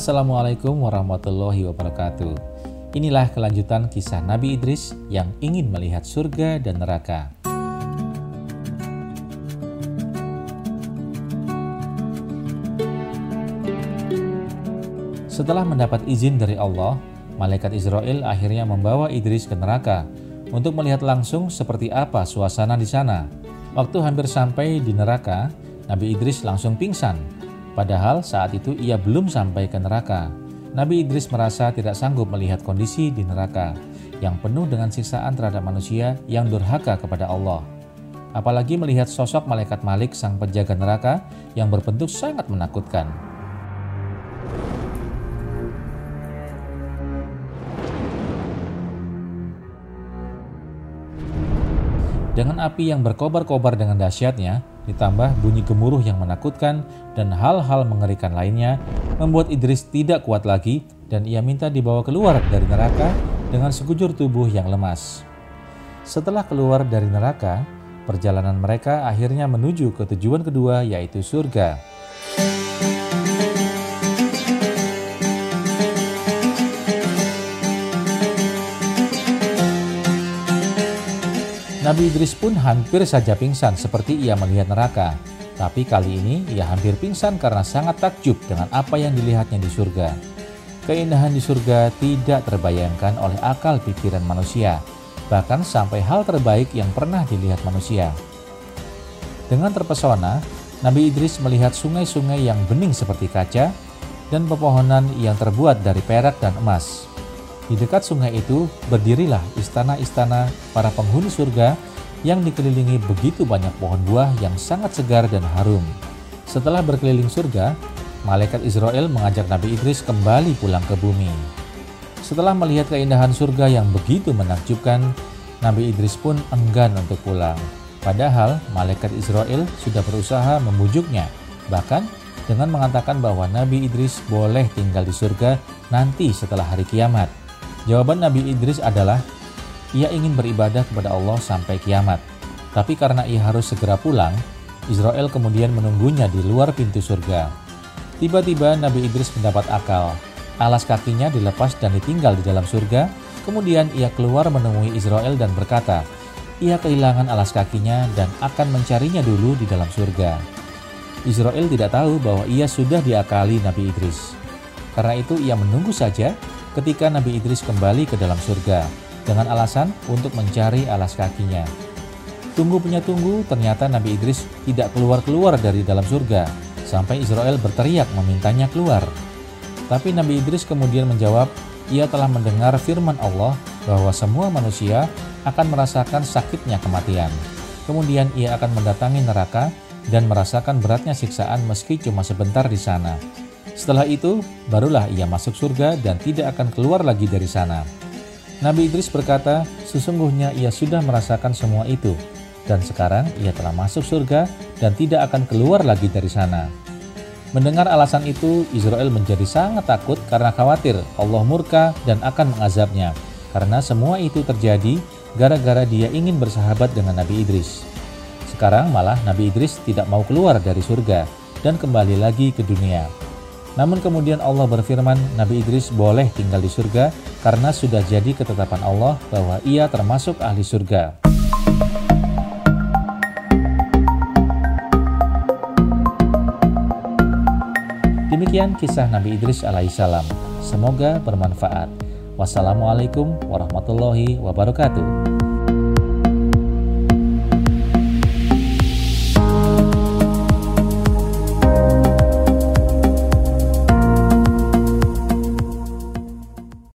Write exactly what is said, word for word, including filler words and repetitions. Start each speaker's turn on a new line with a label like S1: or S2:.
S1: Assalamualaikum warahmatullahi wabarakatuh. Inilah kelanjutan kisah Nabi Idris yang ingin melihat surga dan neraka. Setelah mendapat izin dari Allah, malaikat Israel akhirnya membawa Idris ke neraka untuk melihat langsung seperti apa suasana di sana. Waktu hampir sampai di neraka, Nabi Idris langsung pingsan. Padahal saat itu ia belum sampai ke neraka. Nabi Idris merasa tidak sanggup melihat kondisi di neraka yang penuh dengan siksaan terhadap manusia yang durhaka kepada Allah. Apalagi melihat sosok malaikat Malik sang penjaga neraka yang berbentuk sangat menakutkan. Dengan api yang berkobar-kobar dengan dahsyatnya, ditambah bunyi gemuruh yang menakutkan dan hal-hal mengerikan lainnya, membuat Idris tidak kuat lagi dan ia minta dibawa keluar dari neraka dengan sekujur tubuh yang lemas. Setelah keluar dari neraka, perjalanan mereka akhirnya menuju ke tujuan kedua, yaitu surga. Nabi Idris pun hampir saja pingsan seperti ia melihat neraka. Tapi kali ini ia hampir pingsan karena sangat takjub dengan apa yang dilihatnya di surga. Keindahan di surga tidak terbayangkan oleh akal pikiran manusia, bahkan sampai hal terbaik yang pernah dilihat manusia. Dengan terpesona, Nabi Idris melihat sungai-sungai yang bening seperti kaca dan pepohonan yang terbuat dari perak dan emas. Di dekat sungai itu berdirilah istana-istana para penghuni surga yang dikelilingi begitu banyak pohon buah yang sangat segar dan harum. Setelah berkeliling surga, malaikat Israel mengajak Nabi Idris kembali pulang ke bumi. Setelah melihat keindahan surga yang begitu menakjubkan, Nabi Idris pun enggan untuk pulang. Padahal malaikat Israel sudah berusaha membujuknya, bahkan dengan mengatakan bahwa Nabi Idris boleh tinggal di surga nanti setelah hari kiamat. Jawaban Nabi Idris adalah, ia ingin beribadah kepada Allah sampai kiamat. Tapi karena ia harus segera pulang, Israel kemudian menunggunya di luar pintu surga. Tiba-tiba Nabi Idris mendapat akal. Alas kakinya dilepas dan ditinggal di dalam surga. Kemudian ia keluar menemui Israel dan berkata, ia kehilangan alas kakinya dan akan mencarinya dulu di dalam surga. Israel tidak tahu bahwa ia sudah diakali Nabi Idris. Karena itu ia menunggu saja ketika Nabi Idris kembali ke dalam surga dengan alasan untuk mencari alas kakinya. Tunggu punya tunggu, ternyata Nabi Idris tidak keluar-keluar dari dalam surga sampai Israel berteriak memintanya keluar. Tapi Nabi Idris kemudian menjawab, ia telah mendengar firman Allah bahwa semua manusia akan merasakan sakitnya kematian. Kemudian ia akan mendatangi neraka dan merasakan beratnya siksaan meski cuma sebentar di sana. Setelah itu, barulah ia masuk surga dan tidak akan keluar lagi dari sana. Nabi Idris berkata, sesungguhnya ia sudah merasakan semua itu, dan sekarang ia telah masuk surga dan tidak akan keluar lagi dari sana. Mendengar alasan itu, Israel menjadi sangat takut karena khawatir Allah murka dan akan mengazabnya, karena semua itu terjadi gara-gara dia ingin bersahabat dengan Nabi Idris. Sekarang malah Nabi Idris tidak mau keluar dari surga dan kembali lagi ke dunia. Namun kemudian Allah berfirman, Nabi Idris boleh tinggal di surga karena sudah jadi ketetapan Allah bahwa ia termasuk ahli surga. Demikian kisah Nabi Idris alaihissalam. Semoga bermanfaat. Wassalamualaikum warahmatullahi wabarakatuh.